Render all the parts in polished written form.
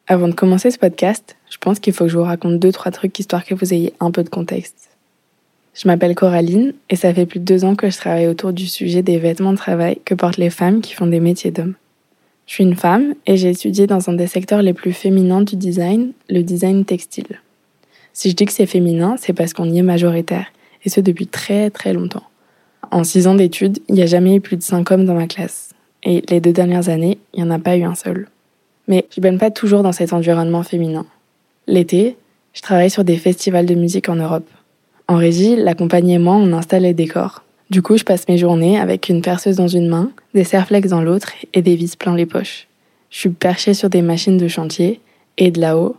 Avant de commencer ce podcast, je pense qu'il faut que je vous raconte 2-3 trucs histoire que vous ayez un peu de contexte. Je m'appelle Coraline et ça fait plus de 2 ans que je travaille autour du sujet des vêtements de travail que portent les femmes qui font des métiers d'hommes. Je suis une femme et j'ai étudié dans un des secteurs les plus féminins du design, le design textile. Si je dis que c'est féminin, c'est parce qu'on y est majoritaire, et ce depuis très très longtemps. En 6 ans d'études, il n'y a jamais eu plus de 5 hommes dans ma classe. Et les 2 dernières années, il n'y en a pas eu un seul. Mais je baigne pas toujours dans cet environnement féminin. L'été, je travaille sur des festivals de musique en Europe. En régie, la compagnie et moi, on installe les décors. Du coup, je passe mes journées avec une perceuse dans une main, des serre-flex dans l'autre et des vis plein les poches. Je suis perchée sur des machines de chantier et de là-haut,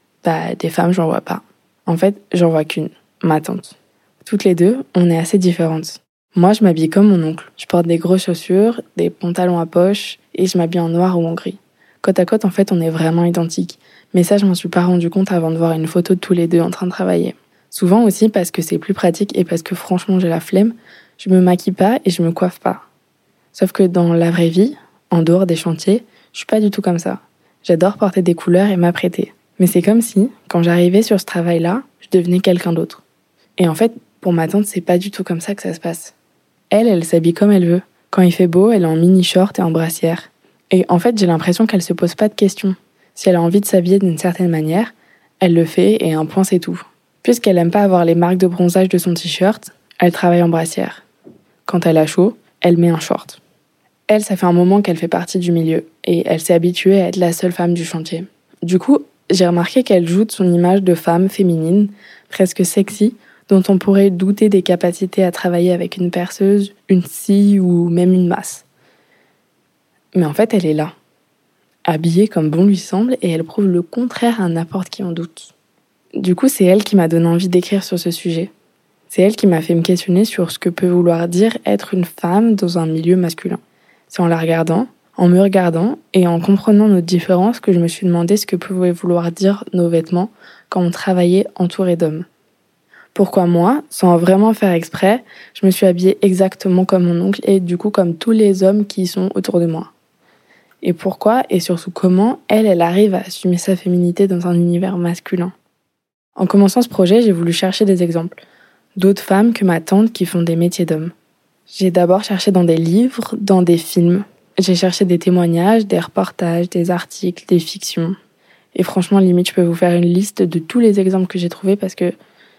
des femmes, j'en vois pas. En fait, j'en vois qu'une, ma tante. Toutes les deux, on est assez différentes. Moi, je m'habille comme mon oncle. Je porte des grosses chaussures, des pantalons à poche et je m'habille en noir ou en gris. Côte à côte, en fait, on est vraiment identiques. Mais ça, je m'en suis pas rendu compte avant de voir une photo de tous les deux en train de travailler. Souvent aussi parce que c'est plus pratique et parce que franchement, j'ai la flemme, je me maquille pas et je me coiffe pas. Sauf que dans la vraie vie, en dehors des chantiers, je suis pas du tout comme ça. J'adore porter des couleurs et m'apprêter. Mais c'est comme si, quand j'arrivais sur ce travail-là, je devenais quelqu'un d'autre. Et en fait, pour ma tante, c'est pas du tout comme ça que ça se passe. Elle s'habille comme elle veut. Quand il fait beau, elle est en mini-short et en brassière. Et en fait, j'ai l'impression qu'elle se pose pas de questions. Si elle a envie de s'habiller d'une certaine manière, elle le fait et un point c'est tout. Puisqu'elle aime pas avoir les marques de bronzage de son t-shirt, elle travaille en brassière. Quand elle a chaud, elle met un short. Elle, ça fait un moment qu'elle fait partie du milieu et elle s'est habituée à être la seule femme du chantier. Du coup, j'ai remarqué qu'elle joue de son image de femme féminine, presque sexy, dont on pourrait douter des capacités à travailler avec une perceuse, une scie ou même une masse. Mais en fait, elle est là, habillée comme bon lui semble, et elle prouve le contraire à n'importe qui en doute. Du coup, c'est elle qui m'a donné envie d'écrire sur ce sujet. C'est elle qui m'a fait me questionner sur ce que peut vouloir dire être une femme dans un milieu masculin. C'est en la regardant, en me regardant et en comprenant nos différences que je me suis demandé ce que pouvaient vouloir dire nos vêtements quand on travaillait entouré d'hommes. Pourquoi moi, sans vraiment faire exprès, je me suis habillée exactement comme mon oncle et du coup comme tous les hommes qui sont autour de moi. Et pourquoi et surtout comment elle arrive à assumer sa féminité dans un univers masculin. En commençant ce projet, j'ai voulu chercher des exemples d'autres femmes que ma tante qui font des métiers d'hommes. J'ai d'abord cherché dans des livres, dans des films. J'ai cherché des témoignages, des reportages, des articles, des fictions. Et franchement, limite, je peux vous faire une liste de tous les exemples que j'ai trouvés parce que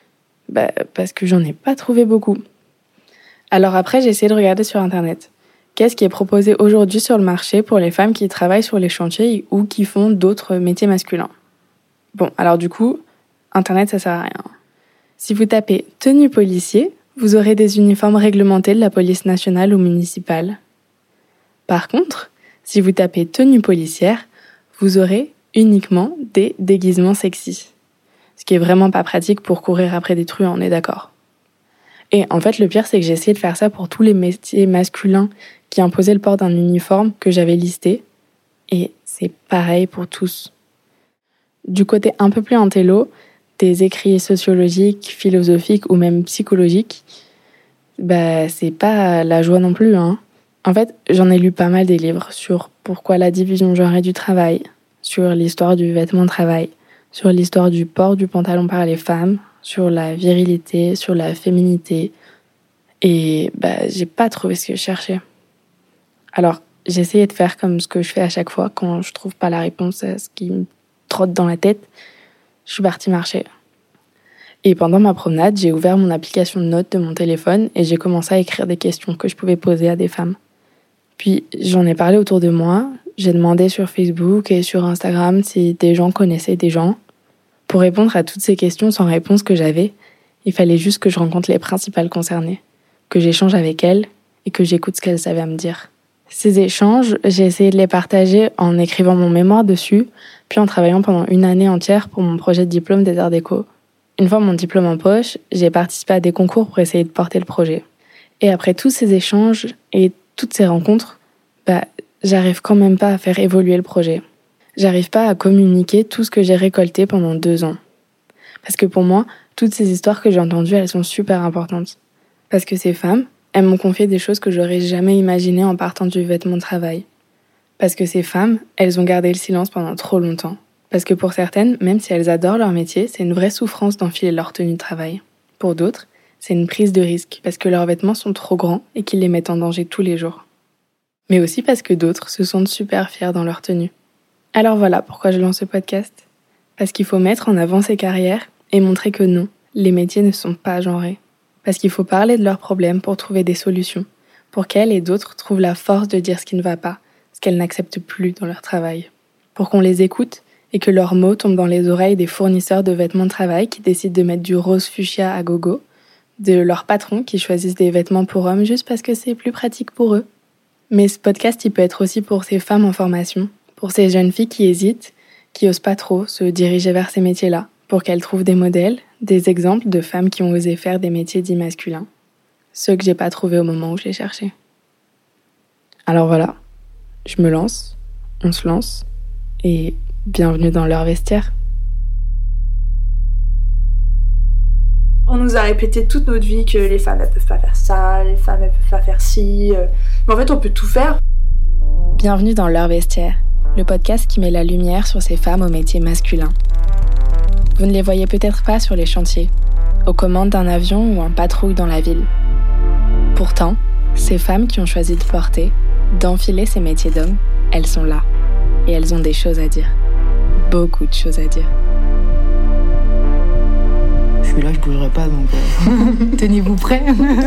j'en ai pas trouvé beaucoup. Alors après, j'ai essayé de regarder sur Internet. Qu'est-ce qui est proposé aujourd'hui sur le marché pour les femmes qui travaillent sur les chantiers ou qui font d'autres métiers masculins? Bon, alors du coup, Internet, ça sert à rien. Si vous tapez « tenue policier », vous aurez des uniformes réglementés de la police nationale ou municipale. Par contre, si vous tapez « tenue policière », vous aurez uniquement des déguisements sexy. Ce qui est vraiment pas pratique pour courir après des truands, on est d'accord. Et en fait, le pire, c'est que j'ai essayé de faire ça pour tous les métiers masculins qui imposaient le port d'un uniforme que j'avais listé. Et c'est pareil pour tous. Du côté un peu plus intello, des écrits sociologiques, philosophiques ou même psychologiques, c'est pas la joie non plus, hein. En fait, j'en ai lu pas mal des livres sur pourquoi la division genrée du travail, sur l'histoire du vêtement de travail, sur l'histoire du port du pantalon par les femmes, sur la virilité, sur la féminité. Et j'ai pas trouvé ce que je cherchais. Alors, j'ai essayé de faire comme ce que je fais à chaque fois quand je trouve pas la réponse à ce qui me trotte dans la tête. Je suis partie marcher. Et pendant ma promenade, j'ai ouvert mon application de notes de mon téléphone et j'ai commencé à écrire des questions que je pouvais poser à des femmes. Puis j'en ai parlé autour de moi, j'ai demandé sur Facebook et sur Instagram si des gens connaissaient des gens. Pour répondre à toutes ces questions sans réponse que j'avais, il fallait juste que je rencontre les principales concernées, que j'échange avec elles et que j'écoute ce qu'elles avaient à me dire. Ces échanges, j'ai essayé de les partager en écrivant mon mémoire dessus, puis en travaillant pendant 1 année entière pour mon projet de diplôme des arts déco. Une fois mon diplôme en poche, j'ai participé à des concours pour essayer de porter le projet. Et après tous ces échanges et toutes ces rencontres, j'arrive quand même pas à faire évoluer le projet. J'arrive pas à communiquer tout ce que j'ai récolté pendant 2 ans. Parce que pour moi, toutes ces histoires que j'ai entendues, elles sont super importantes. Parce que ces femmes, elles m'ont confié des choses que j'aurais jamais imaginées en partant du vêtement de travail. Parce que ces femmes, elles ont gardé le silence pendant trop longtemps. Parce que pour certaines, même si elles adorent leur métier, c'est une vraie souffrance d'enfiler leur tenue de travail. Pour d'autres, c'est une prise de risque parce que leurs vêtements sont trop grands et qu'ils les mettent en danger tous les jours. Mais aussi parce que d'autres se sentent super fiers dans leur tenue. Alors voilà pourquoi je lance ce podcast. Parce qu'il faut mettre en avant ces carrières et montrer que non, les métiers ne sont pas genrés. Parce qu'il faut parler de leurs problèmes pour trouver des solutions, pour qu'elles et d'autres trouvent la force de dire ce qui ne va pas, ce qu'elles n'acceptent plus dans leur travail. Pour qu'on les écoute et que leurs mots tombent dans les oreilles des fournisseurs de vêtements de travail qui décident de mettre du rose fuchsia à gogo, de leurs patrons qui choisissent des vêtements pour hommes juste parce que c'est plus pratique pour eux. Mais ce podcast, il peut être aussi pour ces femmes en formation, pour ces jeunes filles qui hésitent, qui osent pas trop se diriger vers ces métiers-là, pour qu'elles trouvent des modèles, des exemples de femmes qui ont osé faire des métiers dits masculins, ceux que j'ai pas trouvés au moment où je les cherchais. Alors voilà, je me lance, on se lance, et bienvenue dans leur vestiaire. On nous a répété toute notre vie que les femmes elles peuvent pas faire ça, les femmes elles peuvent pas faire ci, mais en fait on peut tout faire. Bienvenue dans leur vestiaire, le podcast qui met la lumière sur ces femmes aux métiers masculins. Vous ne les voyez peut-être pas sur les chantiers, aux commandes d'un avion ou en patrouille dans la ville. Pourtant, ces femmes qui ont choisi de porter, d'enfiler ces métiers d'hommes, elles sont là. Et elles ont des choses à dire. Beaucoup de choses à dire. Je suis là, je bougerai pas, donc tenez-vous prêts.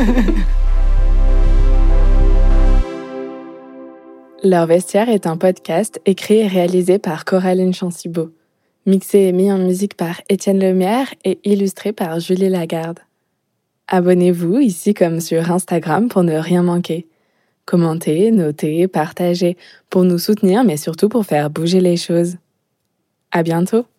Leur vestiaire est un podcast écrit et réalisé par Coraline Chancibaud, mixé et mis en musique par Étienne Lemierre et illustré par Julie Lagarde. Abonnez-vous ici comme sur Instagram pour ne rien manquer. Commentez, notez, partagez, pour nous soutenir mais surtout pour faire bouger les choses. À bientôt!